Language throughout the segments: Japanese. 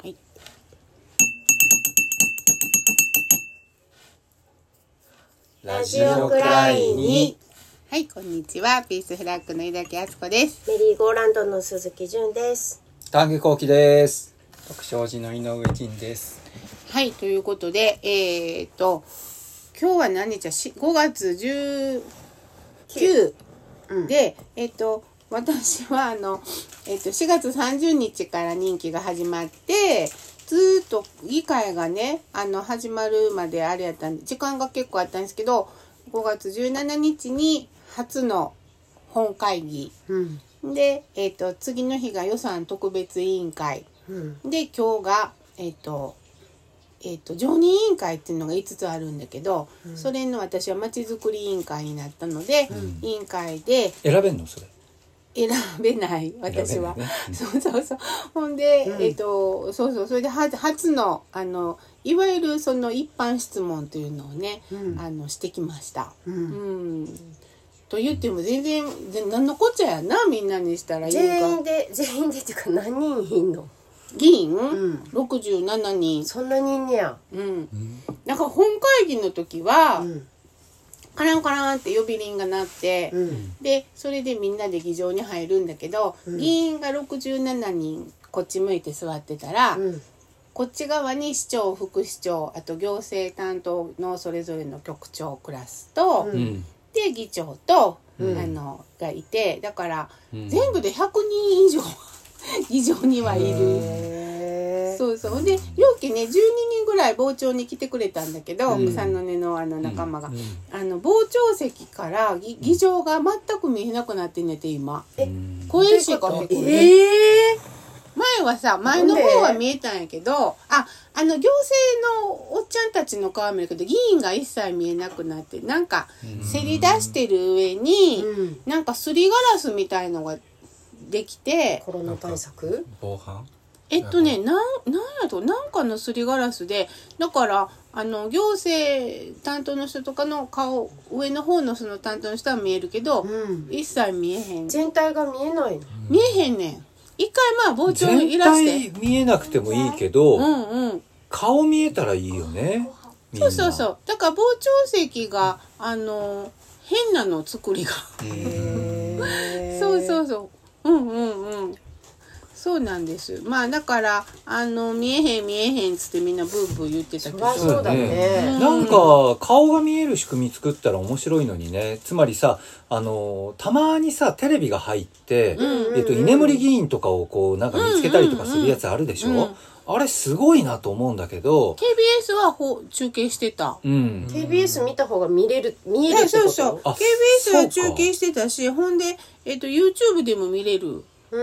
はい。 ラジオくらいに。 はい、こんにちは。ピースフラッグの井崎敦子です。 メリーゴーランドの鈴木純です。 丹下幸喜です。特賞寺の井上仁です。 はい、ということで、今日は何日5月19で、私は4月30日から任期が始まって、ずっと議会がね、始まるまであれやったんで、時間が結構あったんですけど、5月17日に初の本会議、で、次の日が予算特別委員会、で、今日が、常任委員会っていうのが5つあるんだけど、それの私はまちづくり委員会になったので、委員会で選べんのそれ？ 選べない私は、 ね、 そうほんで、それで初のいわゆるその一般質問というのをね、してきました。と言っても全然何のこっちゃやな、みんなにしたらいいか。 全員でっていうか何人いんの？ 議員、67人。 そんなにいんねや。 なんか本会議の時は、カランカランって呼び鈴が鳴って、でそれでみんなで議場に入るんだけど、議員が67人こっち向いて座ってたら、こっち側に市長副市長あと行政担当のそれぞれの局長クラスと、で議長と、がいて、だから、全部で100人以上議場にはいる。そうで容器ね12人ぐらい傍聴に来てくれたんだけど、草の根の仲間が、傍聴席から議場が全く見えなくなってんねて今。声しか聞こえ前はさ、前の方は見えたんやけど、行政のおっちゃんたちの顔見るけど、議員が一切見えなくなって、なんかせり出してる上に、なんかすりガラスみたいのができて、 コロナ対策？ 防犯？ なんかのすりガラスで、だから行政担当の人とかの顔、上の方のその担当の人は見えるけど、一切見えへん。 全体が見えないの？ 見えへんねん。一回傍聴いらして。 全体見えなくてもいいけど、顔見えたらいいよね。 そう。だから傍聴席が変なの作りが。そう。そうなんです。まあだから見えへんつってみんなブーブー言ってたけど。 そうだね。 なんか顔が見える仕組み作ったら面白いのにね。つまりさ、たまにさテレビが入って、居眠り議員とかをこうなんか見つけたりとかするやつあるでしょ。あれすごいなと思うんだけど。 KBS は中継してた。 KBS 見た方が見えるってこと？ そう。KBS は中継してたし、ほんでYouTube でも見れる。 じ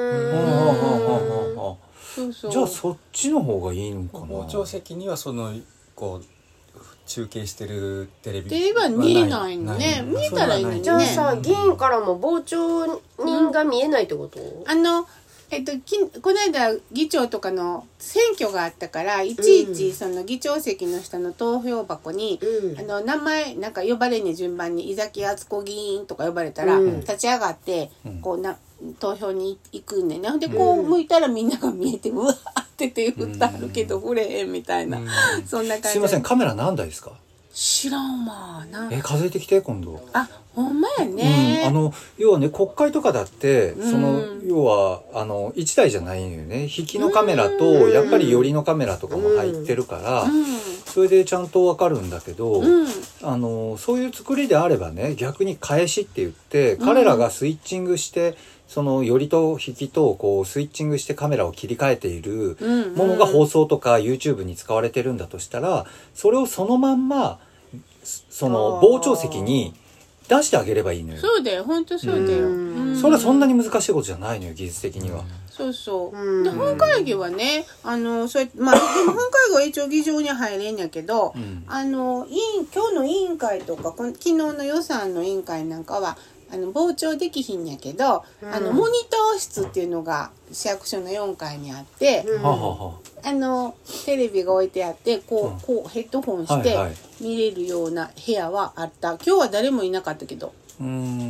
ゃあそっちの方がいいのかな。 傍聴席にはこう中継してるテレビは見えないのね。見えたらいいのにね。 じゃあさ、議員からも傍聴人が見えないってこと？ この間議長とかの選挙があったから、いちいちその議長席の下の投票箱に、名前なんか呼ばれね、順番に井崎敦子議員とか呼ばれたら、立ち上がってこう投票に行くねんね。でこう向いたらみんなが見えて、うわーって手振ってあるけど触れへんみたいな、そんな感じ。 すいません、カメラ何台ですか？ 知らんわな。 数えてきて今度。 ほんまやね。 要はね、国会とかだって要は1台じゃないのよね。引きのカメラとやっぱり寄りのカメラとかも入ってるから、それでちゃんとわかるんだけど、そういう作りであればね、逆に返しって言って彼らがスイッチングして、その寄りと引きとこうスイッチングしてカメラを切り替えているものが放送とか YouTube に使われてるんだとしたら、それをそのまんまその傍聴席に出してあげればいいのよ。 そうだよ、本当そうだよ。 それはそんなに難しいことじゃないのよ、技術的には。 そうで、本会議はね、でも本会議は一応議場に入れんやけど、今日の委員会とか昨日の予算の委員会なんかは傍聴できひんやけど、モニター室っていうのが市役所の4階にあって、テレビが置いてあってこうヘッドホンして見れるような部屋はあった。今日は誰もいなかったけど。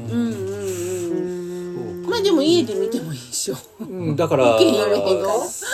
まあでも家で見てもいいでしょ。 だから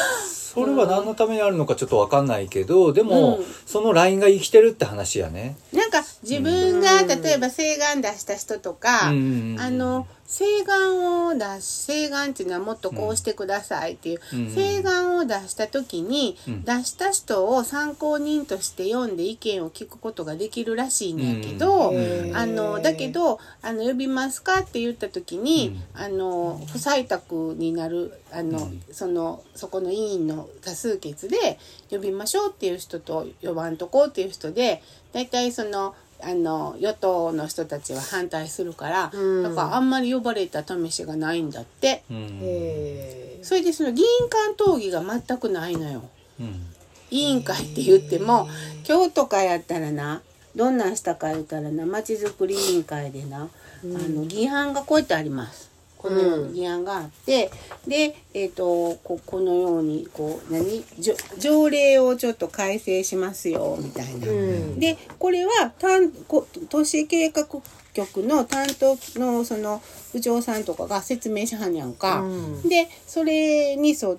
それは何のためにあるのかちょっと分かんないけど、でも、そのラインが生きてるって話やね。 なんか自分が例えば請願出した人とか、請願っていうのはもっとこうしてくださいっていう、請願を出した時に、出した人を参考人として読んで意見を聞くことができるらしいんやけど、だけど呼びますかって言った時に、不採択になるそこの委員の多数決で呼びましょうっていう人と呼ばんとこうっていう人で、だいたい与党の人たちは反対するから、だからあんまり呼ばれた試しがないんだって。それでその議員間討議が全くないのよ。委員会って言っても今日とかやったらな、どんなんしたか言ったらな、まちづくり委員会でな、議案がこうやってあります。このように議案があって、で、このように条例をちょっと改正しますよみたいな。でこれは都市計画局の担当のその部長さんとかが説明しはんやんか。でそれに沿って、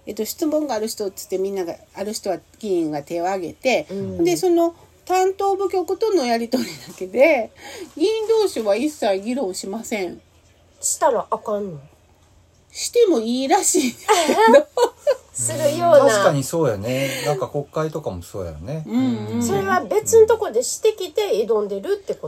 質問がある人っつってみんながある人は議員が手を挙げて、でその担当部局とのやり取りだけで議員同士は一切議論しません。 したらあかんの？ してもいいらしいけどするような。 確かにそうやね。なんか国会とかもそうやね。 それは別のとこでしてきて挑んでるってこと？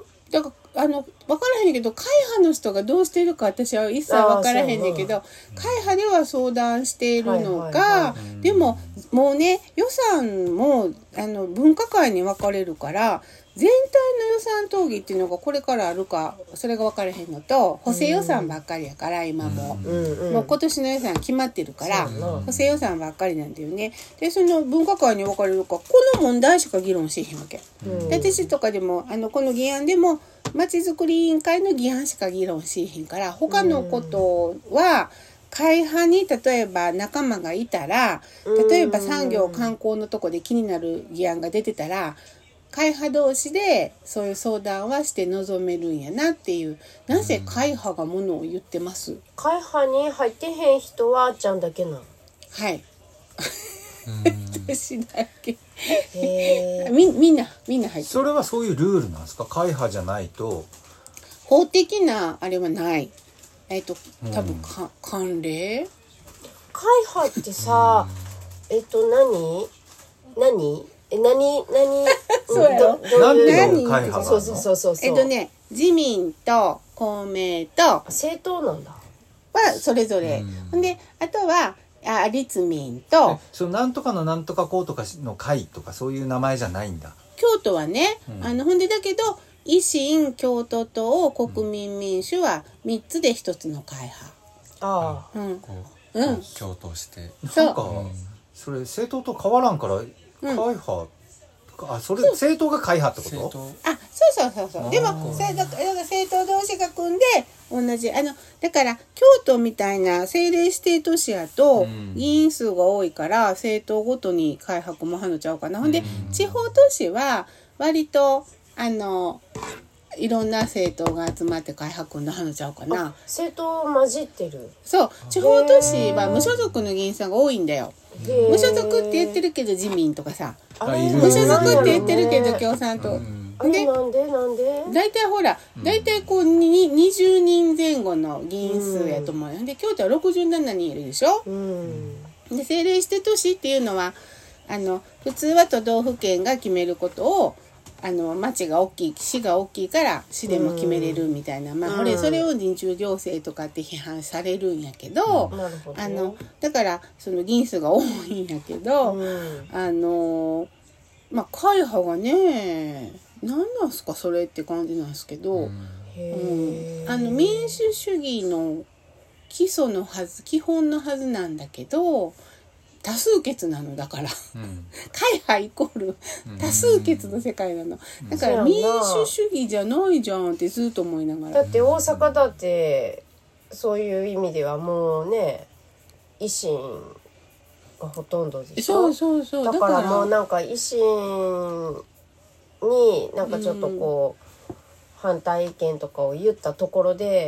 だから分からへんけど、会派の人がどうしてるか私は一切分からへんねんけど、会派では相談しているのか、でももうね、予算も分科会に分かれるから、全体の予算討議っていうのがこれからあるか、それが分からへんのと、補正予算ばっかりやから今も、もう今年の予算決まってるから、補正予算ばっかりなんだよね。でその分科会に分かれるか、この問題しか議論しへんわけ。で私とかでもこの議案でもまちづくり委員会の議案しか議論しへんから、他のことは会派に例えば仲間がいたら、例えば産業観光のとこで気になる議案が出てたら、会派同士でそういう相談はして臨めるんやなっていう。なぜ会派がものを言ってます。 会派に入ってへん人はあっちゃんだけなの？ はい私だけみんな入ってる。 それはそういうルールなんですか？会派じゃないと法的なあれはない。多分慣例。 会派ってさ、何そうやろ。 なんていう会派があるの？ そう自民と公明と政党なんだはそれぞれ。であとは立民とそのなんとかのなんとかこうとかの会とかそういう名前じゃないんだ。 京都はね、ほんでだけど維新、京都党、国民民主は3つで1つの会派。 共闘して。 なんかそれ政党と変わらんから会派。それ政党が会派ってこと？ そうでもだから政党同士が組んで同じだから京都みたいな政令指定都市やと議員数が多いから政党ごとに会派もはのちゃうかな。ほんで地方都市は割といろんな政党が集まって会派組んだはのちゃうかな。 政党混じってる。 そう地方都市は無所属の議員さんが多いんだよ。無所属って言ってるけど自民とかさ、無所属って言ってるけど共産党で、 なんで大体ほら大体こう20人前後の議員数やと思うよ。で京都は67人いるでしょ。で政令指定都市っていうのは普通は都道府県が決めることを町が大きい、市が大きいから市でも決めれるみたいな、それを人中行政とかって批判されるんやけど、だからその議員数が多いんやけど、会派がね何なんすかそれって感じなんですけど、民主主義の基本のはずなんだけど多数決なのだから、会派イコール多数決の世界なの。だから民主主義じゃないじゃんってずっと思いながら。 だって大阪だってそういう意味ではもうね維新がほとんどでしょ。そうだからもうなんか維新になんかちょっとこう反対意見とかを言ったところで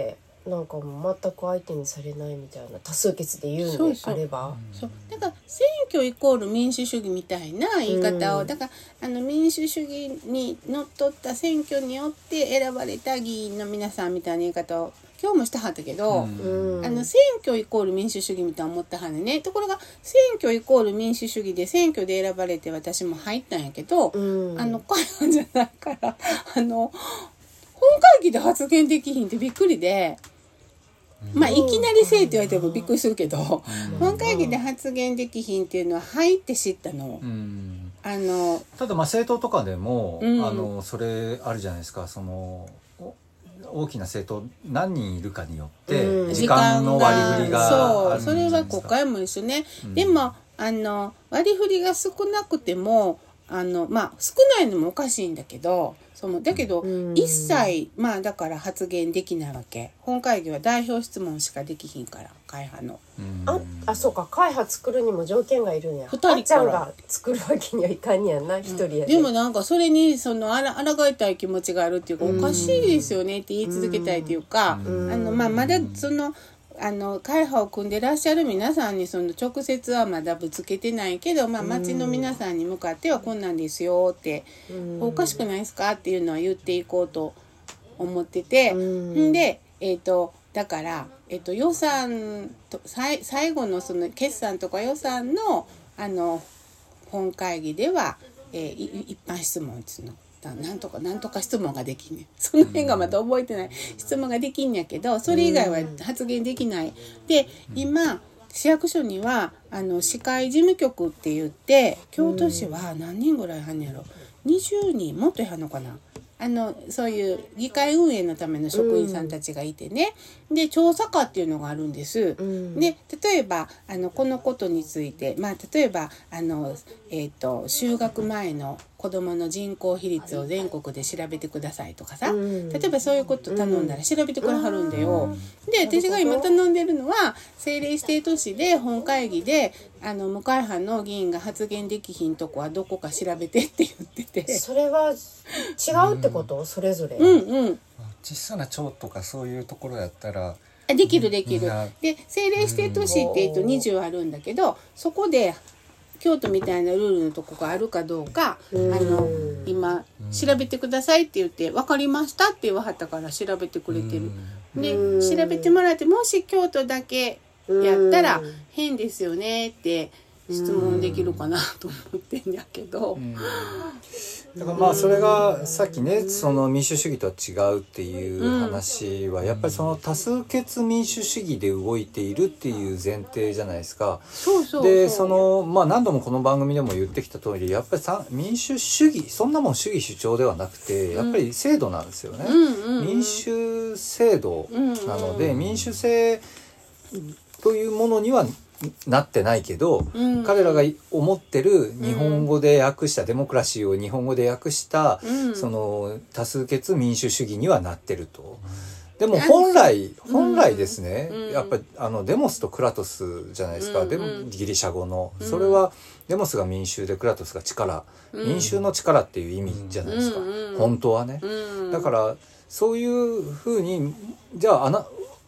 なんかもう全く相手にされないみたいな多数決で言うんであれば、 そうだから選挙イコール民主主義みたいな言い方を、だから民主主義にのっとった選挙によって選ばれた議員の皆さんみたいな言い方を今日もしたはったけど、選挙イコール民主主義みたいな思ったはんでね。ところが選挙イコール民主主義で選挙で選ばれて私も入ったんやけど、彼はじゃないから本会議で発言できひんってびっくりで。まあいきなりせえって言われてもびっくりするけど、本会議で発言できひんっていうのは入って知ったの。 ただまあ政党とかでも、それあるじゃないですか。その大きな政党何人いるかによって時間の割り振りがあるんじゃないですか。 そう、それは国会も一緒ね。でも割り振りが少なくてもまあ少ないのもおかしいんだけど。だけど一切まあだから発言できないわけ。本会議は代表質問しかできひんから、会派の。 そうか、会派作るにも条件がいるんや。 2人から。 あっちゃんが作るわけにはいかんやんな、一人やで。 でもなんかそれに抗いたい気持ちがあるっていうか、おかしいですよねって言い続けたいっていうか、まだ会派を組んでらっしゃる皆さんに直接はまだぶつけてないけど、町の皆さんに向かってはこんなんですよって、おかしくないですかっていうのは言っていこうと思ってて、でだから予算と最後の決算とか予算の本会議では、一般質問っていうのなんとか質問ができんねん。その辺がまた覚えてない。質問ができんやけど、それ以外は発言できない。で、今市役所には市会事務局って言って、京都市は何人ぐらいはんねやろ。20人もっとやんのかな。そういう議会運営のための職員さんたちがいてね、で調査課っていうのがあるんです。で例えばこのことについて、例えば就学前の子どもの人口比率を全国で調べてくださいとかさ、例えばそういうこと頼んだら調べてくれはるんだよ。で私が今頼んでるのは政令指定都市で本会議で無会派の議員が発言できひんとこはどこか調べてって言ってて、 それは違うってこと。それぞれ小さな町とかそういうところやったらできる。で政令指定都市って20あるんだけど、そこで京都みたいなルールのとこがあるかどうか今調べてくださいって言って分かりましたって言わはったから調べてくれてる。で調べてもらって、もし京都だけやったら変ですよねって質問できるかなと思ってんやけど、 だからまあそれがさっきね、その民主主義とは違うっていう話はやっぱりその多数決民主主義で動いているっていう前提じゃないですか。で何度もこの番組でも言ってきた通り、やっぱり民主主義、そんなもん主義主張ではなくてやっぱり制度なんですよね。民主制度なので、民主制というものにはなってないけど、彼らが思ってる日本語で訳した、デモクラシーを日本語で訳した、その多数決民主主義にはなってると。でも本来ですね、やっぱりデモスとクラトスじゃないですか。ギリシャ語のそれはデモスが民衆でクラトスが力、民衆の力っていう意味じゃないですか、本当はね。だからそういうふうに、じゃあ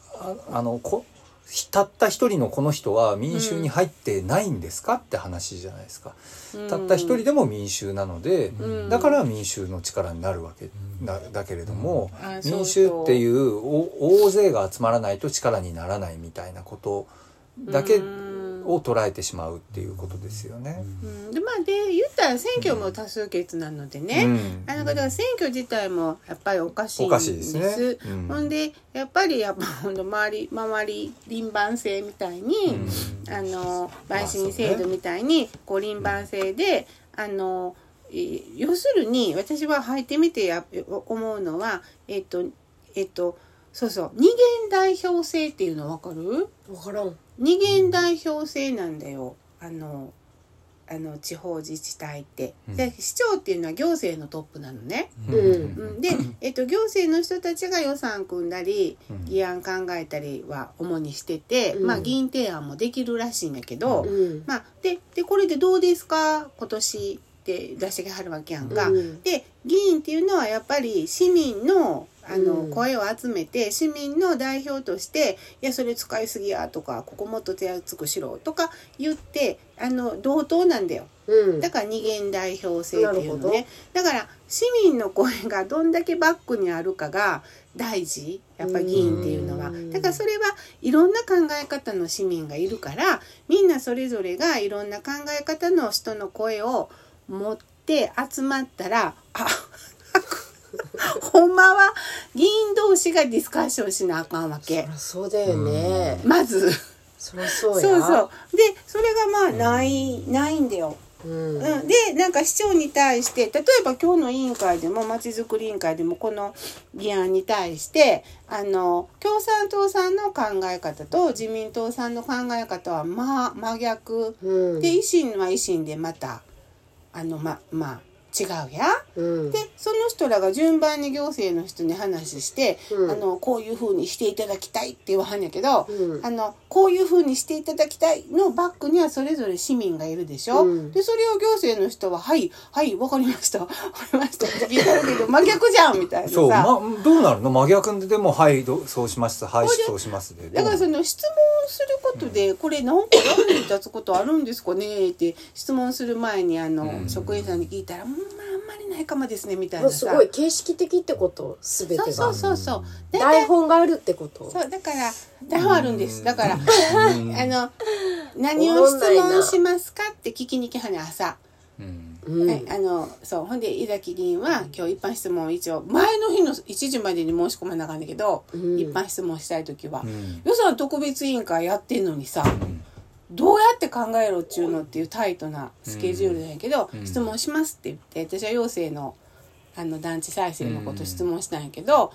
たった一人のこの人は民衆に入ってないんですかって話じゃないですか。たった一人でも民衆なので、だから民衆の力になるわけだけれども、民衆っていう大勢が集まらないと力にならないみたいなことだけを捉えてしまうっていうことですよね。 で言ったら選挙も多数決なのでね、だから選挙自体もやっぱりおかしいんです。 ね。 ほんでやっぱり周り輪番制みたいに、陪審制度みたいに輪番制で要するに私は入ってみて思うのはそう二元代表制っていうの分かる？ 分からん。 二元代表制なんだよ。地方自治体って、で市長っていうのは行政のトップなのね。で、行政の人たちが予算組んだり議案考えたりは主にしてて、議員提案もできるらしいんだけど、でこれでどうですか今年って出してはるわけやんか。で議員っていうのはやっぱり市民の声を集めて市民の代表として「いやそれ使いすぎや」とか「ここもっと手厚くしろ」とか言って同等なんだよ。だから二元代表制っていうのね。だから市民の声がどんだけバックにあるかが大事、やっぱ議員っていうのは。だからそれはいろんな考え方の市民がいるから、みんなそれぞれがいろんな考え方の人の声を持って集まったら、ほんまは議員同士がディスカッションしなあかんわけ。 そうだよね。 まずそりゃそうや。 そうでそれがないんだよ。でなんか市長に対して例えば今日の委員会でもまちづくり委員会でもこの議案に対して共産党さんの考え方と自民党さんの考え方は真逆、で維新は維新でまた違うや、でその人らが順番に行政の人に話して、こういう風にしていただきたいって言わはんやけど、こういう風にしていただきたいのバックにはそれぞれ市民がいるでしょ、でそれを行政の人ははいわかりましたって聞いたけど真逆じゃんみたいなさ。 そう、どうなるの真逆でもはいそうしますはいそうしますで。 だからその質問することで、これなんか役に立つことあるんですかねって質問する前に職員さんに聞いたらあんまりないかもですねみたいなさ。 すごい形式的ってこと、全てが。 そう台本があるってこと。 そうだから台本あるんです。だから何を質問しますかって聞きに来はね朝。そうほんで井崎議員は今日一般質問を一応前の日の1時までに申し込まなあかんだけど、一般質問したい時は、予算特別委員会やってんのにさ、どうやって考えろっちゅうのっていうタイトなスケジュールなんやけど、質問しますって言って私は行政の団地再生のこと質問したんやけど、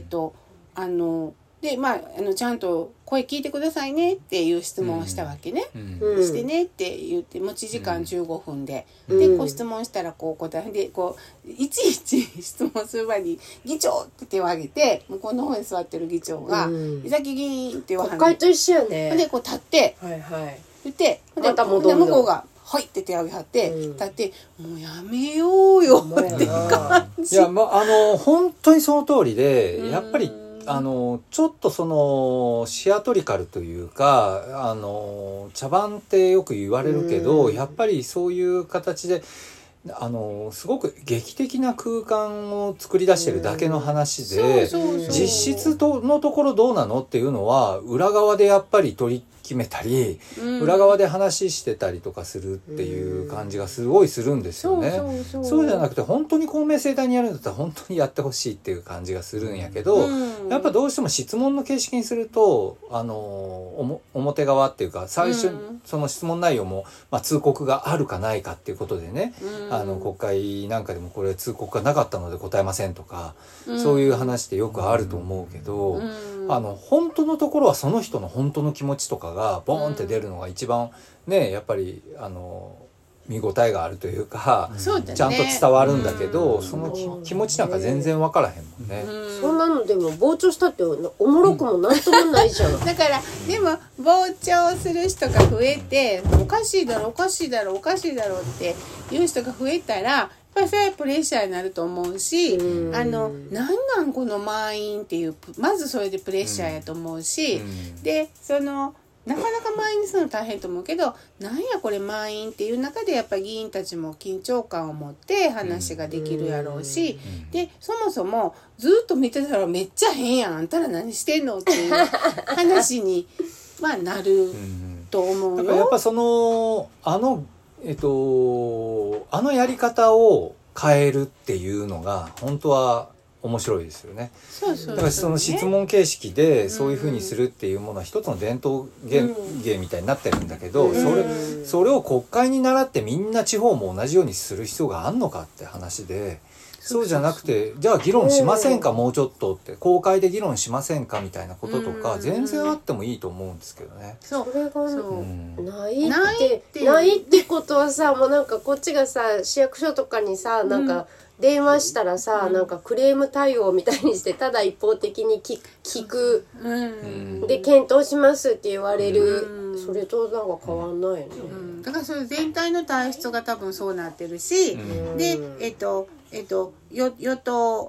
でちゃんと声聞いてくださいねっていう質問をしたわけね、してねって言って持ち時間15分で、でこう質問したらこう答えでこういちいち質問する前に「議長!」って手を挙げて向こうの方に座ってる議長が「井崎議員」って言わはんねん。 国会と一緒やね。 でこう立って言ってまた戻るの。 向こうが「はい」って手を挙げはって立って「もうやめようよ」って感じ。 いや本当にその通りで、やっぱりちょっとそのシアトリカルというか茶番ってよく言われるけど、やっぱりそういう形ですごく劇的な空間を作り出してるだけの話で、実質のところどうなのっていうのは裏側でやっぱり取り決めたり、裏側で話してたりとかするっていう感じがすごいするんですよね。そうじゃなくて本当に公明正大にやるんだったら本当にやってほしいっていう感じがするんやけど、やっぱどうしても質問の形式にすると表側っていうか最初、その質問内容も、通告があるかないかっていうことでね、国会なんかでもこれ通告がなかったので答えませんとか、そういう話ってよくあると思うけど、本当のところはその人の本当の気持ちとかがボーンって出るのが一番ね、やっぱり見応えがあるというか、ちゃんと伝わるんだけど、その気持ちなんか全然分からへんもんね。 そんなのでも傍聴したっておもろくもなんともないじゃん。 だからでも傍聴する人が増えておかしいだろっていう人が増えたらやっぱりそれはプレッシャーになると思うし、なんなんこの満員っていうまずそれでプレッシャーやと思うし、でなかなか満員にするの大変と思うけど、なんやこれ満員っていう中でやっぱり議員たちも緊張感を持って話ができるやろうし、でそもそもずっと見てたらめっちゃ変やん、あんたら何してんのっていう話になると思うよ。 だからやっぱあのやり方を変えるっていうのが本当は面白いですよね。だからその質問形式でそういうふうにするっていうものは一つの伝統芸みたいになってるんだけど、それを国会に倣ってみんな地方も同じようにする必要があんのかって話で、そうじゃなくてじゃあ議論しませんか、もうちょっとって公開で議論しませんかみたいなこととか全然あってもいいと思うんですけどね。 それがないってことはさ、もうなんかこっちがさ市役所とかにさなんか電話したらさ、なんかクレーム対応みたいにしてただ一方的に聞く、で検討しますって言われる、それとなんか変わんないよね。 だからそれ全体の体質が多分そうなってるし、で与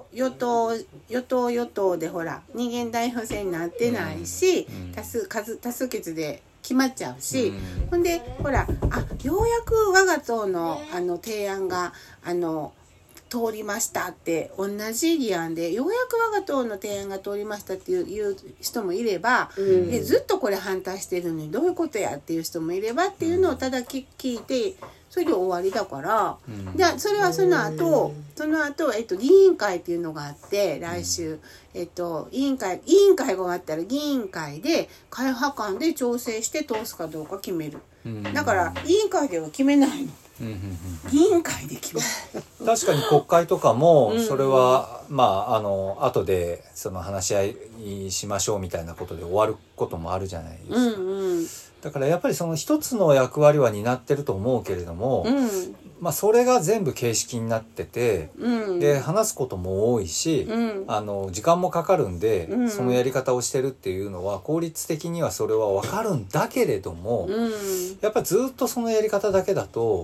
党でほら二元代表制になってないし、多数決で決まっちゃうし、ほんでほらようやく我が党の提案が通りましたって同じ議案でようやく我が党の提案が通りましたっていう人もいれば、ずっとこれ反対してるのにどういうことやっていう人もいればっていうのをただ聞いてそれで終わりだから、じゃあそれはその後、議員会っていうのがあって来週、委員会が終わったら議員会で会派間で調整して通すかどうか決める、だから委員会では決めないの、議員会で決める確かに国会とかもそれは、後でその話し合いしましょうみたいなことで終わることもあるじゃないですか、だからやっぱりその一つの役割は担ってると思うけれども、それが全部形式になってて、で話すことも多いし、時間もかかるんで、そのやり方をしてるっていうのは効率的にはそれは分かるんだけれども、やっぱりずっとそのやり方だけだと、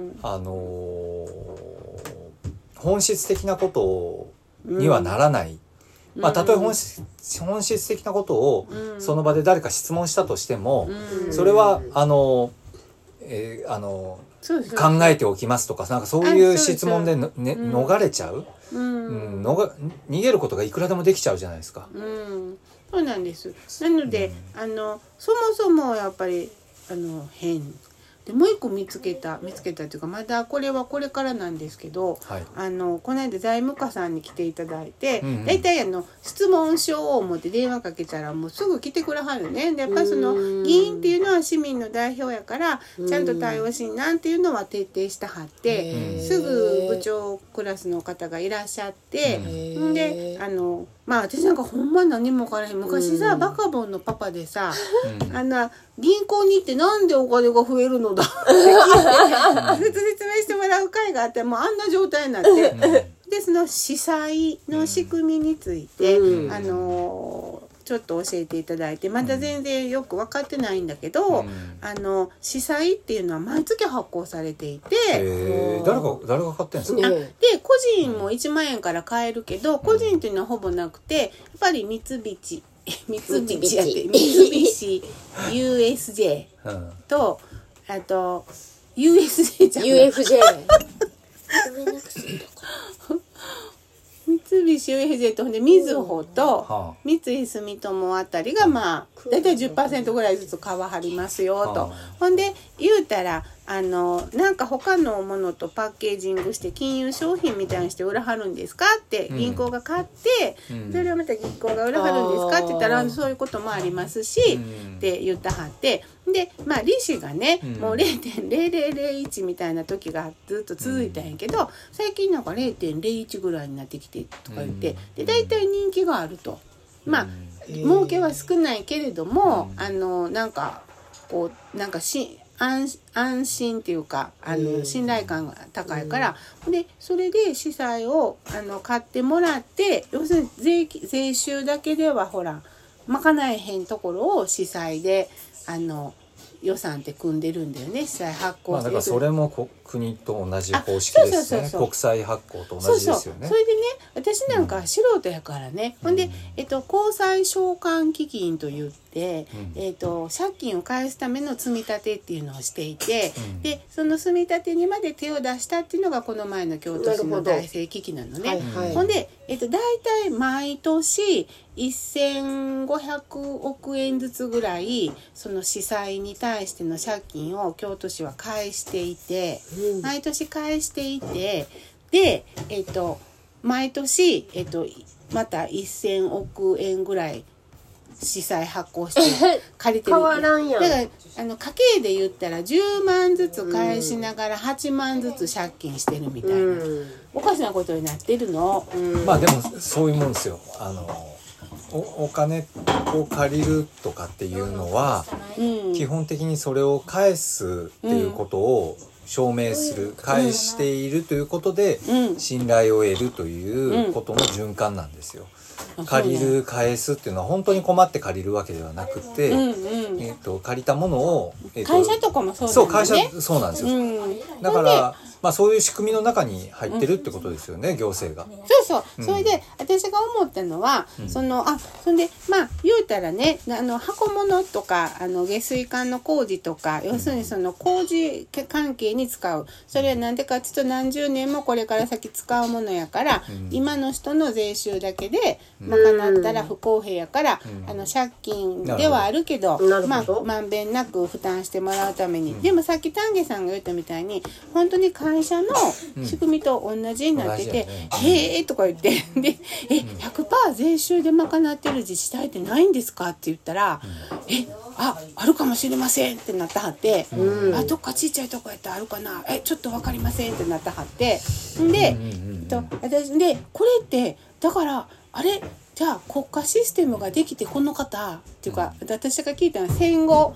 本質的なことにはならない。たとえ本質的なことをその場で誰か質問したとしても、それは考えておきますとか、なんかそういう質問で逃れちゃう、逃げることがいくらでもできちゃうじゃないですか。 そうなんです。なので、そもそもやっぱり変でもう一個見つけたっていうか、まだこれはこれからなんですけど、この間財務課さんに来ていただいて、だいたい質問書を持って電話かけたらもうすぐ来てくれはるね。でやっぱりその議員っていうのは市民の代表やからちゃんと対応しんなんていうのは徹底したはって、すぐ部長クラスの方がいらっしゃって、で私なんかほんま何も分からへん。昔さ、バカボンのパパでさ、銀行に行ってなんでお金が増えるのだって聞いて説明してもらう会があって、もうあんな状態になって、でその司祭の仕組みについて、ちょっと教えていただいて、まだ全然よく分かってないんだけど、司祭っていうのは毎月発行されていて、 誰が買ってんですか？ で個人も1万円から買えるけど、個人っていうのはほぼなくて、やっぱり三菱 USJ と、あと USJ じゃん UFJ 三菱 UFJ とほんでみずほと三井住友あたりがだいたい 10% ぐらいずつ買わはりますよと。ほんで言うたらなんか他のものとパッケージングして金融商品みたいにして売らはるんですかって銀行が買って、それをまた銀行が売らはるんですかって言ったら、そういうこともありますし、って言ったはって、で利子がね、もう 0.0001 みたいな時がずっと続いたんやけど、最近なんか 0.01 ぐらいになってきてとか言って、で大体人気があると。儲けは少ないけれども、なんかこうなんか安心っていうか信頼感が高いから、でそれで司祭を買ってもらって、要するに税収だけではほら賄えへんところを司祭で予算って組んでるんだよね、司祭発行してだからそれも国と同じ方式ですね。国債発行と同じですよね。 それでね、私なんか素人やからね、ほんで、公債償還基金といって、借金を返すための積み立てっていうのをしていて、でその積み立てにまで手を出したっていうのがこの前の京都市の財政危機なのね。ほんで、だいたい毎年1500億円ずつぐらいその司祭に対しての借金を京都市は返していて、毎年返していて、で毎年また1000億円ぐらい司祭発行して借りてる。 変わらんやん。 だから家計で言ったら10万ずつ返しながら8万ずつ借金してるみたいな、おかしなことになってるの。 でもそういうもんですよ。お金を借りるとかっていうのは、基本的にそれを返すっていうことを証明する、返しているということで信頼を得るということの循環なんですよ。借りる返すっていうのは本当に困って借りるわけではなくて、借りたものを、 会社とかもそうだよね。 会社そうなんですよ。だからまあそういう仕組みの中に入ってるってことですよね、行政が。 そうそう、それで私が思ったのは、そんでまあ言うたらね、箱物とか下水管の工事とか、要するにその工事関係に使う、それはなんでかっていうと何十年もこれから先使うものやから、今の人の税収だけで賄ったら不公平やから、借金ではあるけど、まあまんべんなく負担してもらうために、でもさっき丹下さんが言ったみたいに本当に会社の仕組みと同じになってて、へーとか言ってで100% 税収で賄ってる自治体ってないんですかって言ったら、あるかもしれませんってなったはって、どっかちっちゃいとこやったらあるかな、ちょっと分かりませんってなったはって、で、私でこれってだからあれじゃあ国家システムができてこの方っていうか、私が聞いたのは戦後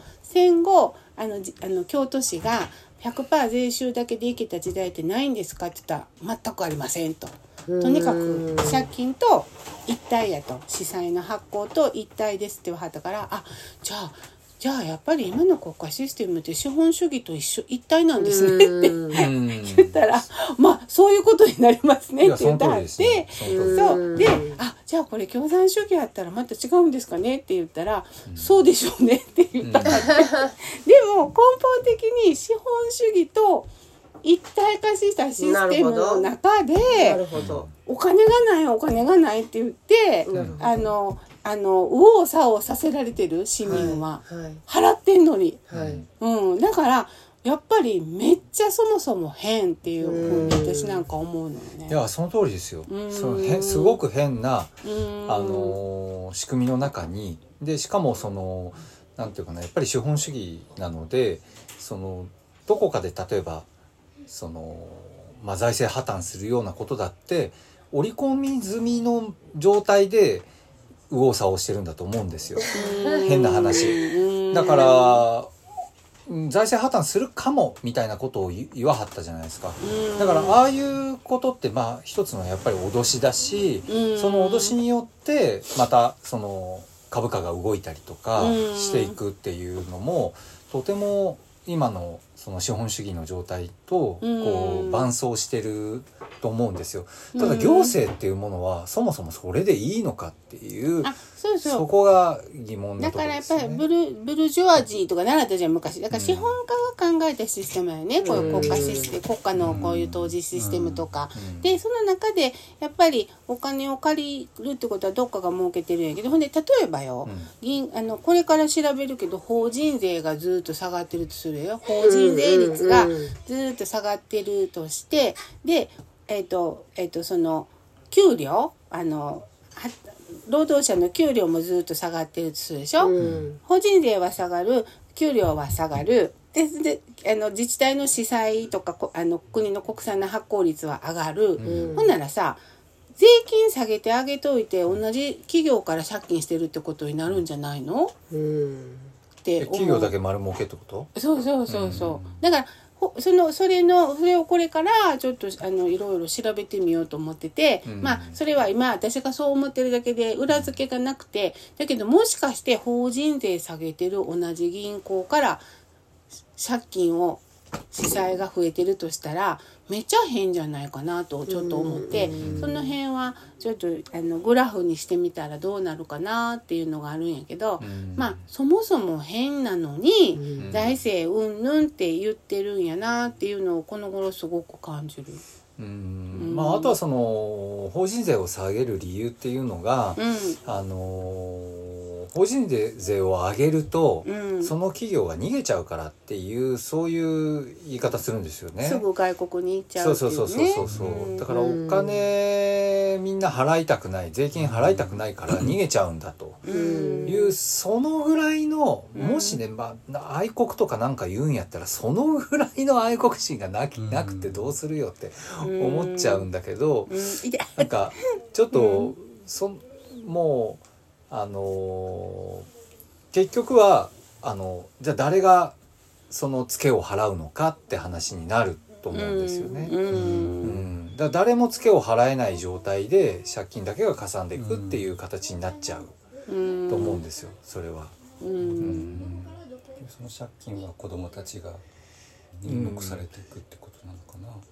京都市が 100% 税収だけでいけた時代ってないんですかって言ったら全くありませんと。とにかく借金と一体やと、司債の発行と一体ですって言わはったから、じゃあやっぱり今の国家システムって資本主義と一体なんですねって言ったら、まあそういうことになりますねって言ったはって、そうで、じゃあこれ共産主義やったらまた違うんですかねって言ったら、そうでしょうねって言ったはってでも根本的に資本主義と一体化したシステムの中でお金がないって言って右往左往させられてる市民は払ってんのに、だからやっぱりめっちゃそもそも変っていうふうに私なんか思うのよね。 いやその通りですよ。すごく変な仕組みの中にで、しかもそのなんていうかな、やっぱり資本主義なので、そのどこかで例えばその、財政破綻するようなことだって織り込み済みの状態で右往左往してるんだと思うんですよ。変な話だから財政破綻するかもみたいなことを言わはったじゃないですか。だからああいうことって一つのやっぱり脅しだし、その脅しによってまたその株価が動いたりとかしていくっていうのもとても今のその資本主義の状態とこう伴走してると思うんですよ。ただ行政っていうものはそもそもそれでいいのかっていう、そこが疑問なところですよね。 だからやっぱりブルジョワジーとか習ったじゃん昔。だから資本家が考えたシステムやね、こういう国家システム、国家のこういう投資システムとか、でその中でやっぱりお金を借りるってことはどっかが儲けてるんやけど、ほんで例えばよ、これから調べるけど法人税がずっと下がってるとするよ。法人税率がずっと下がってるとして、でその給料労働者の給料もずっと下がってるとするでしょ、法人税は下がる、給料は下がる、で自治体の司債とか国の国産の発行率は上がる、ほんならさ税金下げてあげといて同じ企業から借金してるってことになるんじゃないの、って企業だけ丸儲けってこと？ そう、だからそれをこれからちょっといろいろ調べてみようと思ってて、それは今私がそう思ってるだけで裏付けがなくて、だけどもしかして法人税下げてる同じ銀行から借金を司債が増えてるとしたらめっちゃ変じゃないかなとちょっと思って、その辺はちょっとグラフにしてみたらどうなるかなっていうのがあるんやけど、そもそも変なのに財政うんぬんって言ってるんやなっていうのをこの頃すごく感じる。 あとはその法人税を下げる理由っていうのが、法人税を上げると、その企業が逃げちゃうからっていうそういう言い方するんですよね。 すぐ外国に行っちゃうっていうね。 そうだからお金みんな払いたくない、税金払いたくないから逃げちゃうんだという、そのぐらいのもしね、愛国とかなんか言うんやったらそのぐらいの愛国心がなくてどうするよって思っちゃうんだけど、なんかちょっともう結局はじゃあ誰がそのツケを払うのかって話になると思うんですよね。だから誰もツケを払えない状態で借金だけがかさんでいくっていう形になっちゃうと思うんですよ、それは。 その借金は子どもたちがに残されていくってことなのかな。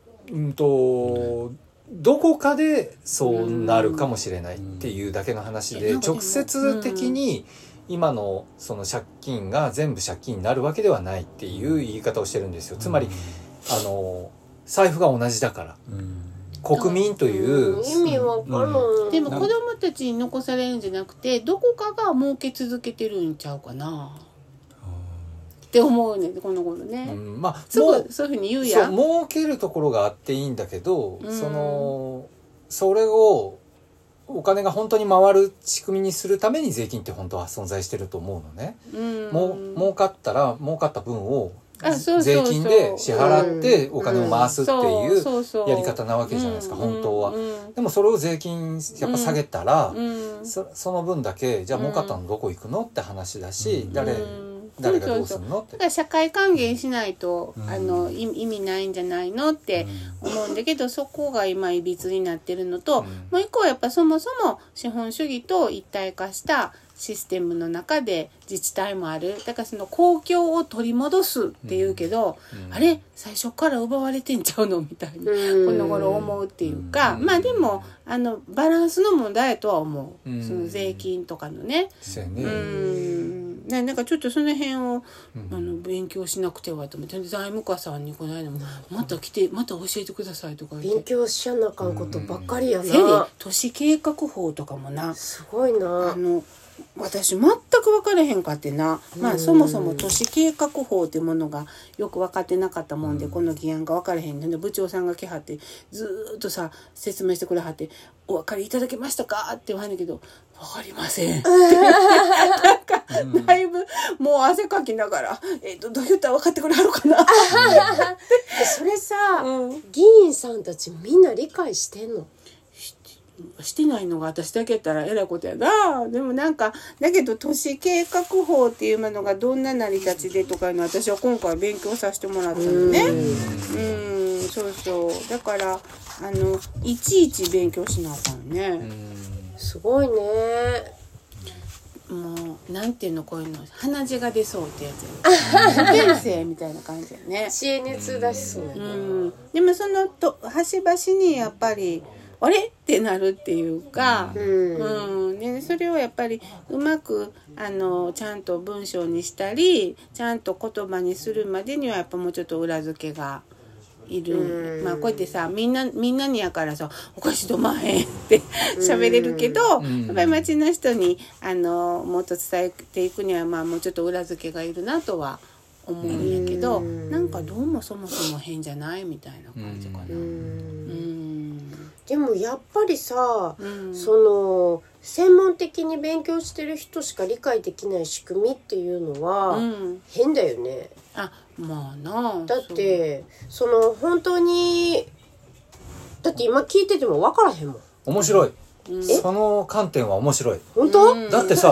どこかでそうなるかもしれないっていうだけの話で、直接的に今のその借金が全部借金になるわけではないっていう言い方をしてるんですよ。つまり財布が同じだから、国民という意味わかる。 でも子供たちに残されるんじゃなくて、どこかが儲け続けてるんちゃうかなって思うね、この頃ね。 まあそういうふうに言うやん。 儲けるところがあっていいんだけど、それをお金が本当に回る仕組みにするために税金って本当は存在してると思うのね。儲かったら儲かった分を税金で支払ってお金を回すっていうやり方なわけじゃないですか、本当は。でもそれを税金やっぱ下げたら、その分だけじゃあ儲かったのどこ行くのって話だし、誰がどうするのって。 だから社会還元しないと意味ないんじゃないのって思うんだけど、そこが今いびつになってるのと、もう一個はやっぱそもそも資本主義と一体化したシステムの中で自治体もある。だからその公共を取り戻すっていうけど、あれ最初から奪われてんちゃうのみたいにこの頃思うっていうか、まあでもバランスの問題とは思う、その税金とかのね。なんかちょっとその辺を勉強しなくてはと思って、財務課さんにこの間もまた来てまた教えてくださいとか言って、 勉強しやなあかんことばっかりやな。 都市計画法とかもな、 すごいな。 私全く分からへんかってな、まあそもそも都市計画法っていうものがよく分かってなかったもんで、この議案が分からへんので部長さんが来はってずっとさ説明してくれはって、お分かりいただけましたかって言わはんだけど、分かりませんなんかだいぶもう汗かきながらどう言ったら分かってくれはるかなそれさ、議員さんたちみんな理解してんの？ してないのが私だけやったらえらいことやな。でもなんかだけど都市計画法っていうものがどんな成り立ちでとかいうの私は今回勉強させてもらったのね。そうそうだからいちいち勉強しなあかんね。 すごいね。 もうなんていうの、こういうの鼻血が出そうってやつやね。受験生みたいな感じやね。 知恵熱出しそうやな。 でもその端々にやっぱりあれってなるっていうか、でそれをやっぱりうまくちゃんと文章にしたりちゃんと言葉にするまでにはやっぱもうちょっと裏付けがいる。まあこうやってさみんなにやからさお菓子どまへんって喋れるけど、やっぱり町の人にもっと伝えていくにはまあもうちょっと裏付けがいるなとは思うんだけど、なんかどうもそもそも変じゃないみたいな感じかな。 でもやっぱりさ、その専門的に勉強してる人しか理解できない仕組みっていうのは変だよね。 まあな。 だってその本当にだって今聞いてても分からへんもん。 面白い。その観点は面白い。 本当？ だってさ、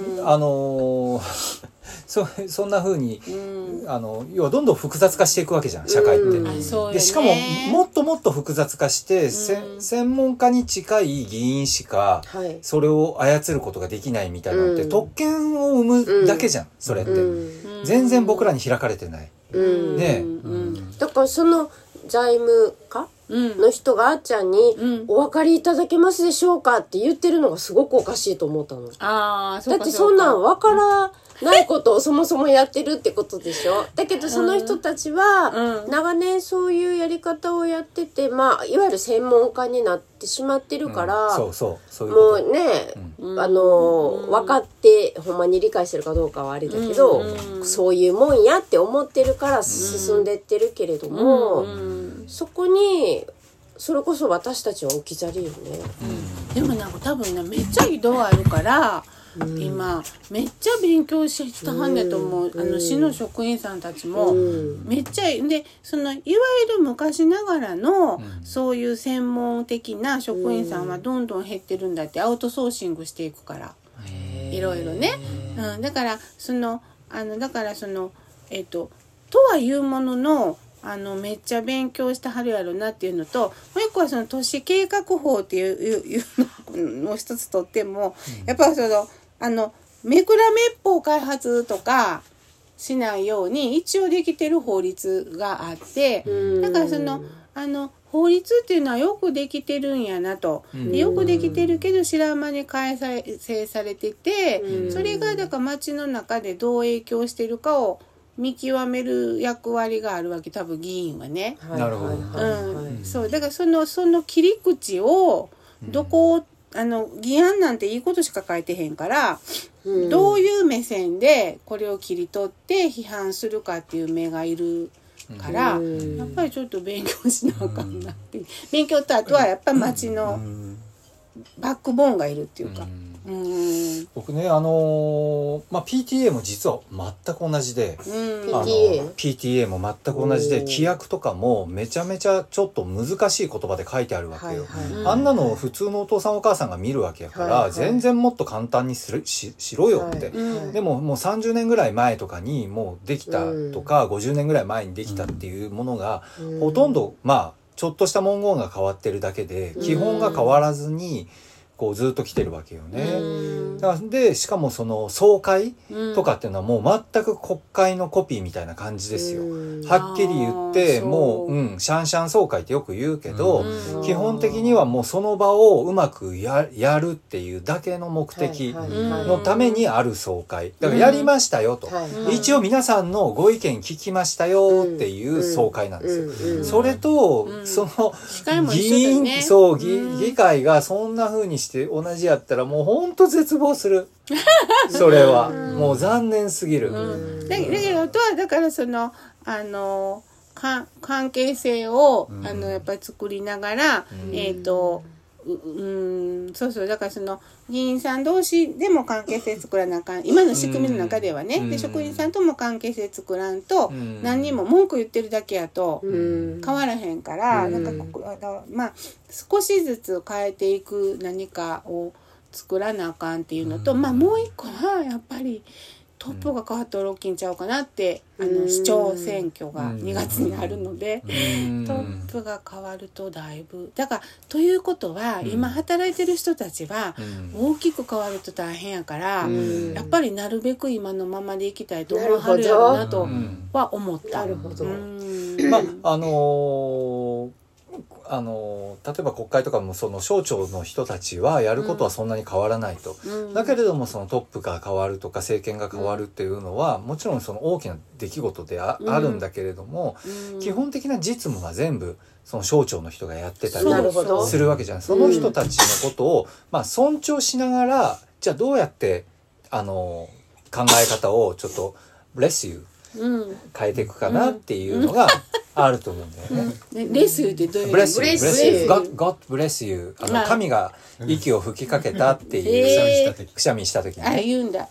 そんな風に、要はどんどん複雑化していくわけじゃん社会って。でしかももっともっと複雑化して、専門家に近い議員しかそれを操ることができないみたいなのって、特権を生むだけじゃん、それって。全然僕らに開かれてない。ね。 だからその財務課の人があっちゃんに、お分かりいただけますでしょうかって言ってるのがすごくおかしいと思ったの。だってそんなん分からないことをそもそもやってるってことでしょ。だけどその人たちは長年そういうやり方をやってて、まあいわゆる専門家になってしまってるから、もうね、分かってほんまに理解してるかどうかはあれだけど、そういうもんやって思ってるから進んでってるけれども、そこにそれこそ私たちは置き去りよね。 でもなんか多分ねめっちゃ移動あるから。今めっちゃ勉強したはんねと思う。市の職員さんたちもめっちゃで、そのいわゆる昔ながらのそういう専門的な職員さんはどんどん減ってるんだって、アウトソーシングしていくからいろいろね。だからそのとはいうもののめっちゃ勉強してはるやろなっていうのと、もう一個はその都市計画法っていうのを一つとっても、やっぱりその目倉滅法開発とかしないように一応できてる法律があって、だからその法律っていうのはよくできてるんやなと、でよくできてるけど知らん間に改正されてて、それがだから街の中でどう影響してるかを見極める役割があるわけ、多分議員はね。 なるほど。 そうだからその切り口をどこを議案なんていいことしか書いてへんから、どういう目線でこれを切り取って批判するかっていう目がいるから、やっぱりちょっと勉強しなあかんなっていう、勉強とあとはやっぱり街のバックボーンがいるっていうか。 僕ねPTA も実は全く同じで、PTA も全く同じで、規約とかもめちゃめちゃちょっと難しい言葉で書いてあるわけよ。あんなの普通のお父さんお母さんが見るわけやから、全然もっと簡単にしろよって、でももう30年ぐらい前とかにもうできたとか、50年ぐらい前にできたっていうものが、ほとんどちょっとした文言が変わってるだけで、基本が変わらずにこうずっと来てるわけよね。でしかもその総会とかっていうのはもう全く国会のコピーみたいな感じですよ。はっきり言ってもうシャンシャン総会ってよく言うけど、基本的にはもうその場をうまくやるっていうだけの目的のためにある総会だから、やりましたよと、一応皆さんのご意見聞きましたよっていう総会なんですよ。それとその議会がそんな風にして同じやったらもうほんと絶望するそれはもう残念すぎる。 だけどとはだからその関係性をやっぱり作りながら、そうだからその議員さん同士でも関係性作らなあかん、今の仕組みの中ではね、で職員さんとも関係性作らんと、何人も文句言ってるだけやと変わらへんから、なんか少しずつ変えていく何かを作らなあかんっていうのと、もう一個はやっぱりトップが変わったら大きいんちゃうかなって、市長選挙が2月にあるので、トップが変わるとだいぶだから、ということは、今働いてる人たちは大きく変わると大変やから、やっぱりなるべく今のままでいきたいと思うはるやろうなとは思った。 なるほど。 例えば国会とかもその省庁の人たちはやることはそんなに変わらないと、だけれどもそのトップが変わるとか政権が変わるっていうのはもちろんその大きな出来事で あるんだけれども、基本的な実務は全部その省庁の人がやってたりするわけじゃん。その人たちのことを尊重しながら、じゃあどうやって考え方をちょっとブレスユー変えていくかなっていうのがあると思うんだよね。 レスユーってどういうブレスユー、God bless you、神が息を吹きかけたっていう、くしゃみした時に言うんだ。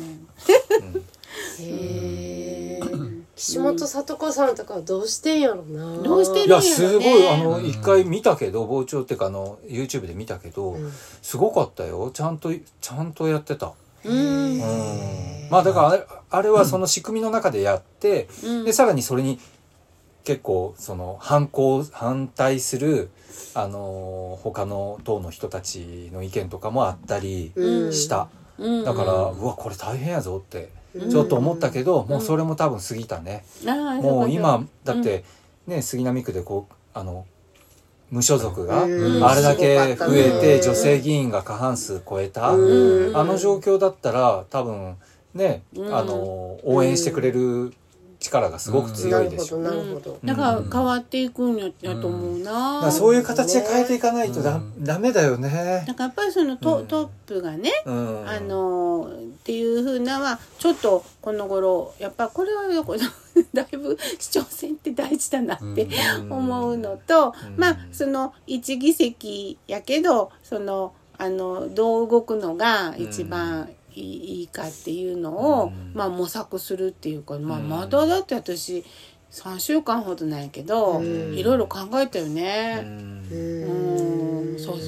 岸本聡子さんとかはどうしてんやろな。 どうしてるんやろね。 いやすごい一回見たけど、傍聴っていうかYouTube で見たけど、すごかったよ。ちゃんとやってた。だからあれはその仕組みの中でやって、でさらにそれに結構その反対する他の党の人たちの意見とかもあったりした、だからうわこれ大変やぞってちょっと思ったけど、もうそれも多分過ぎたね。もう今だってね、杉並区で無所属があれだけ増えて女性議員が過半数超えた状況だったら多分ね、応援してくれる力がすごく強いでしょ。 だから変わっていくんやと思うな。 だからそういう形で変えていかないとダメだよね。 だからやっぱりそのトップがね、っていう風なはちょっとこの頃やっぱこれはだいぶ市長選って大事だなって思うのと、その1議席やけどどう動くのが一番いいかっていうのを、模索するっていうか、まだだって私3週間ほどなんやけど、いろいろ考えたよね。そう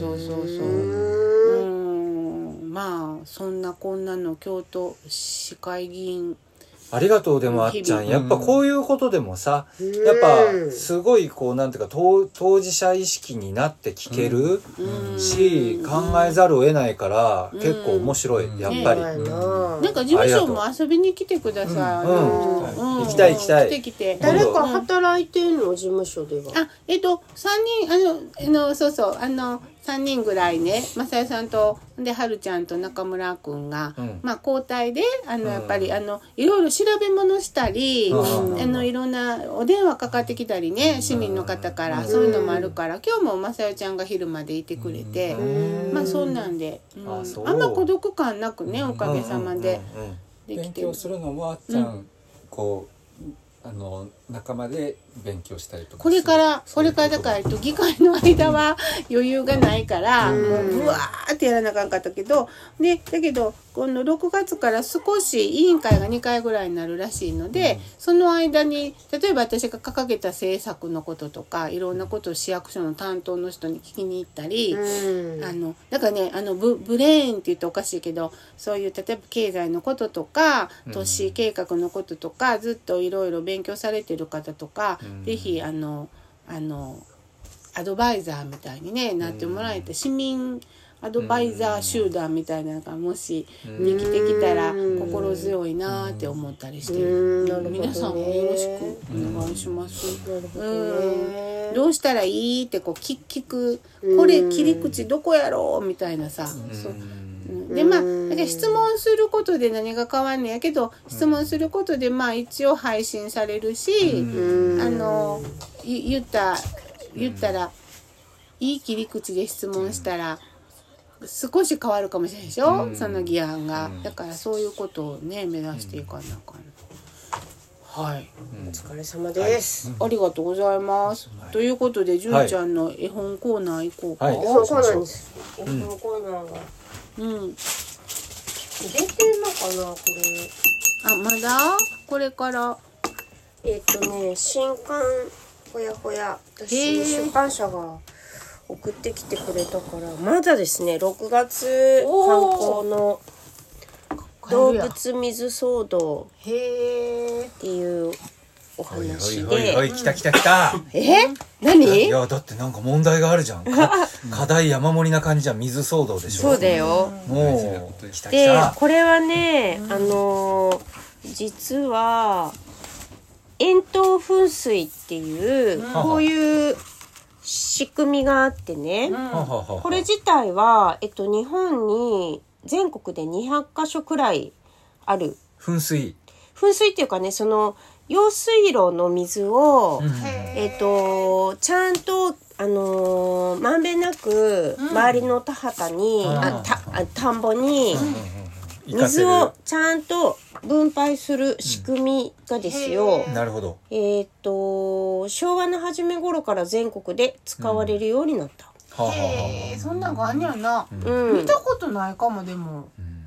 そんなこんなの京都市会議員ありがとうでもあっちゃん。やっぱこういうことでもさ、やっぱすごいこうなんていうか当事者意識になって聞けるし、考えざるを得ないから結構面白い、やっぱり。 なんか事務所も遊びに来てください。 行きたい行きたい。 来て誰か働いてんの事務所では。 3人そうそう3人ぐらいね、まさよさんとではるちゃんと中村くんが、まあ交代でやっぱりいろいろ調べ物したり、いろんなお電話かかってきたりね、市民の方からそういうのもあるから、今日もまさよちゃんが昼までいてくれて、まあそんなんで、あんま孤独感なくね、おかげさまでできてる。 勉強するのもあっちゃん、こう仲間で勉強したりとか、 これからだから議会の間は余裕がないからもうブワーってやらなあかんかったけど、でだけどこの6月から少し委員会が2回ぐらいになるらしいので、その間に例えば私が掲げた政策のこととかいろんなことを市役所の担当の人に聞きに行ったり、だからねブレーンって言っておかしいけど、そういう例えば経済のこととか都市計画のこととかずっといろいろ勉強されてる方とか、ぜひアドバイザーみたいに、ね、なってもらえて、市民アドバイザー集団みたいなのがもしできてきたら心強いなって思ったりしてる。皆さんもよろしくお願いします。どうしたらいいってこう聞く、これ切り口どこやろうみたいなさ、でだから質問することで何が変わんねやけど、質問することで一応配信されるし、言ったらいい切り口で質問したら少し変わるかもしれないでしょ、その議案が。だからそういうことをね目指していかなあかん。はい、 お疲れ様です、 ありがとうございます、ということで純ちゃんの絵本コーナー行こうか。 絵本コーナーです。絵本コーナーが出てんのかなこれ。 まだこれから新刊ほやほや、私出版社が送ってきてくれたから、まだですね、6月刊行の動物水騒動っていうお話で。 おい来た来た来た。 何？ いやだってなんか問題があるじゃん。課題山盛りな感じじゃん。水騒動でしょ。 そうだよ。 もう来た来た。 でこれはね、実は塩糖噴水っていうこういう仕組みがあってね、これ自体は日本に全国で200カ所くらいある噴水っていうかね、その用水路の水を、ちゃんとまんべんなく周りの田畑に、田んぼに水をちゃんと分配する仕組みがですよ、 なるほど。 昭和の初め頃から全国で使われるようになった。 へえ、そんなんがあんやな。見たことないかも。でも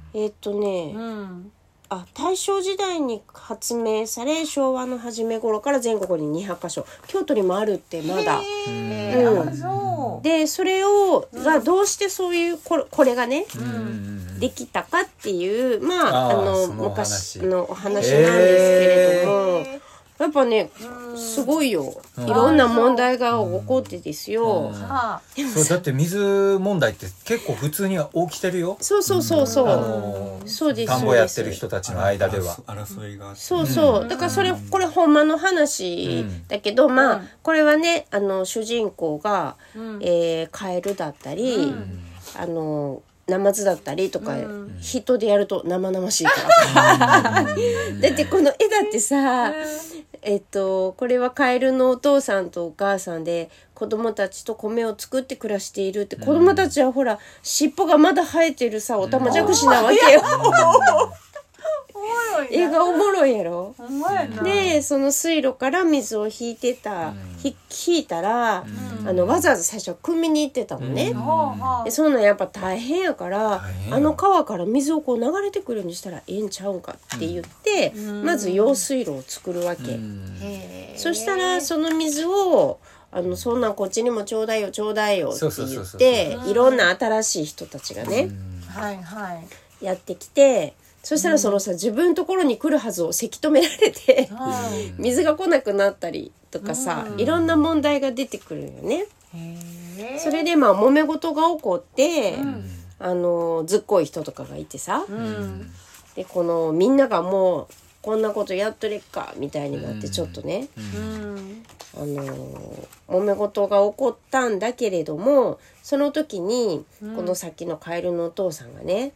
大正時代に発明され、昭和の初め頃から全国に200カ所、京都にもあるってまだ。でそれがどうしてそういうこれがね、できたかっていう昔のお話なんですけれども、やっぱねすごいよ。いろんな問題が起こってですよ。 そうだって水問題って結構普通には起きてるよ。 そうそうです。 田んぼやってる人たちの間では争いが。 そうだからこれほんまの話だけど、これはね主人公がカエルだったりナマズだったりとか、人でやると生々しいからだってこの絵だってさ、これはカエルのお父さんとお母さんで子供たちと米を作って暮らしているって、子供たちはほら尻尾がまだ生えてるさおたまじゃくしなわけよ絵がおもろいやろ。でその水路から水を引いいたら、わざわざ最初は汲みに行ってたのね。でそんなんやっぱ大変やから、川から水をこう流れてくるようにしたらええんちゃうんかって言って、まず用水路を作るわけ。そしたらその水をそんなんこっちにもちょうだいよちょうだいよって言って、いろんな新しい人たちがね、やってきて、 そしたらそのさ、自分のところに来るはずをせき止められて水が来なくなったりとかさ、いろんな問題が出てくるよね。それでまあ揉め事が起こって、ずっこい人とかがいてさ、でこのみんながもうこんなことやっとれっかみたいになってちょっとね、揉め事が起こったんだけれども、その時にこのさっきのカエルのお父さんがね、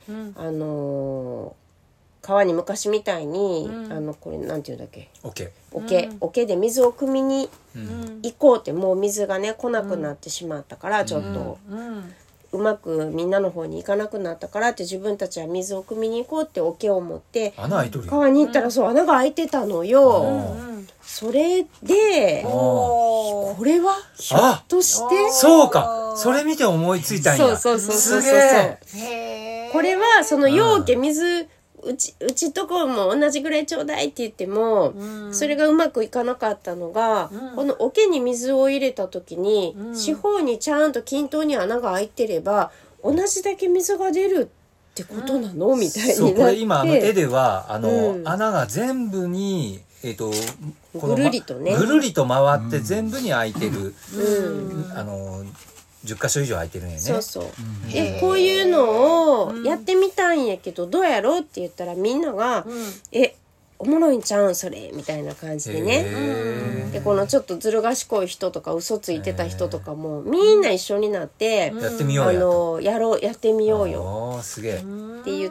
川に昔みたいに、これなんていうんだっけ、桶で水を汲みに行こうって、もう水がね来なくなってしまったから、ちょっとうまくみんなの方に行かなくなったからって、自分たちは水を汲みに行こうって桶を持って川に行ったら、そう穴が開いてたのよ。それでこれはひょっとして、 そうか、それ見て思いついたんや。 そうこれはその容器水うちとこも同じぐらいちょうだいって言っても、それがうまくいかなかったのが、この桶に水を入れた時に、四方にちゃんと均等に穴が開いてれば同じだけ水が出るってことなの、みたいになって。 そう、これ今絵では穴が全部にこのぐるりとね、 ぐるりと回って全部に開いてる、10箇所以上開いてるんやね。 そうそう。でこういうのをやってみたんやけど、どうやろうって言ったら、みんながおもろいんちゃうんそれみたいな感じでね。でこのちょっとずる賢い人とか嘘ついてた人とかもみんな一緒になって、 やってみようややってみようよすげえって言って、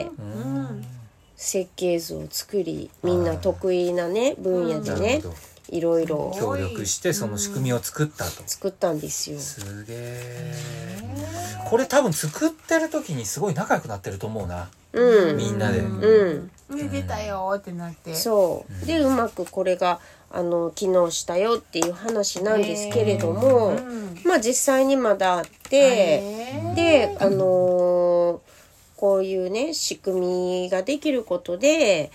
設計図を作り、みんな得意なね分野でね、いろいろ協力してその仕組みを作ったと。 作ったんですよ。 すげえ。これ多分作ってる時にすごい仲良くなってると思うな、みんなで。 で出たよってなって、 そうでうまくこれが機能したよっていう話なんですけれども、まあ実際にまだあって、でこういうね仕組みができることで、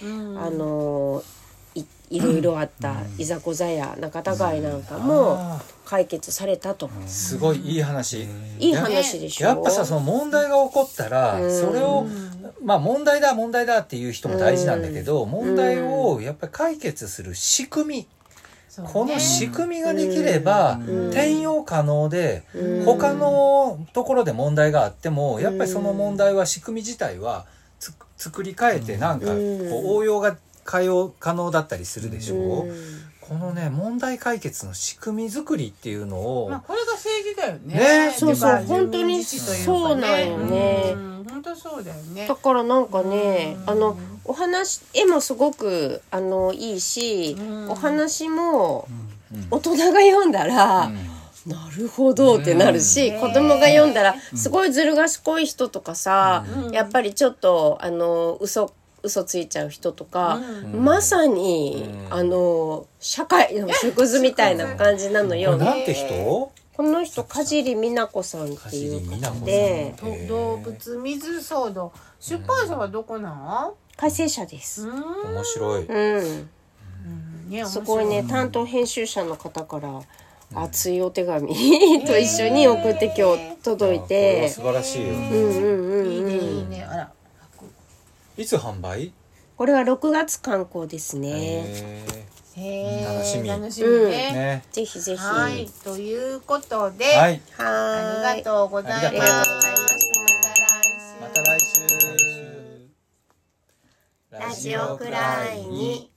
いろいろあったいざこざや仲違いなんかも解決されたと。 すごいいい話。 いい話でしょ。 やっぱさ、その問題が起こったら、それをまあ問題だっていう人も大事なんだけど、問題をやっぱり解決する仕組み、この仕組みができれば転用可能で、他のところで問題があってもやっぱりその問題は仕組み自体は作り変えてなんかこう応用が可能だったりするでしょ。このね問題解決の仕組み作りっていうのを、 まあこれが政治だよね。 そうそう、本当にそうなんよね。 本当そうだよね。 だからなんかね、お話絵もすごくいいし、お話も大人が読んだら、なるほどってなるし、子供が読んだらすごいずる賢い人とかさ、やっぱりちょっと嘘ついちゃう人とか、まさに社会の縮図みたいな感じなのよ。 なんて人？ この人梶里美奈子さんっていう方で、 動物水騒動、出版社はどこなの？ 改正社です。 面白い。 すごいね、担当編集者の方から熱いお手紙と一緒に送って今日届いて、 素晴らしいよ。 いいねいいね。あら、 いつ販売？ これは6月刊行ですね。 楽しみね。 ぜひぜひ。 はい、ということで、 はい、 ありがとうございます。 また来週。 ラジオくらいに。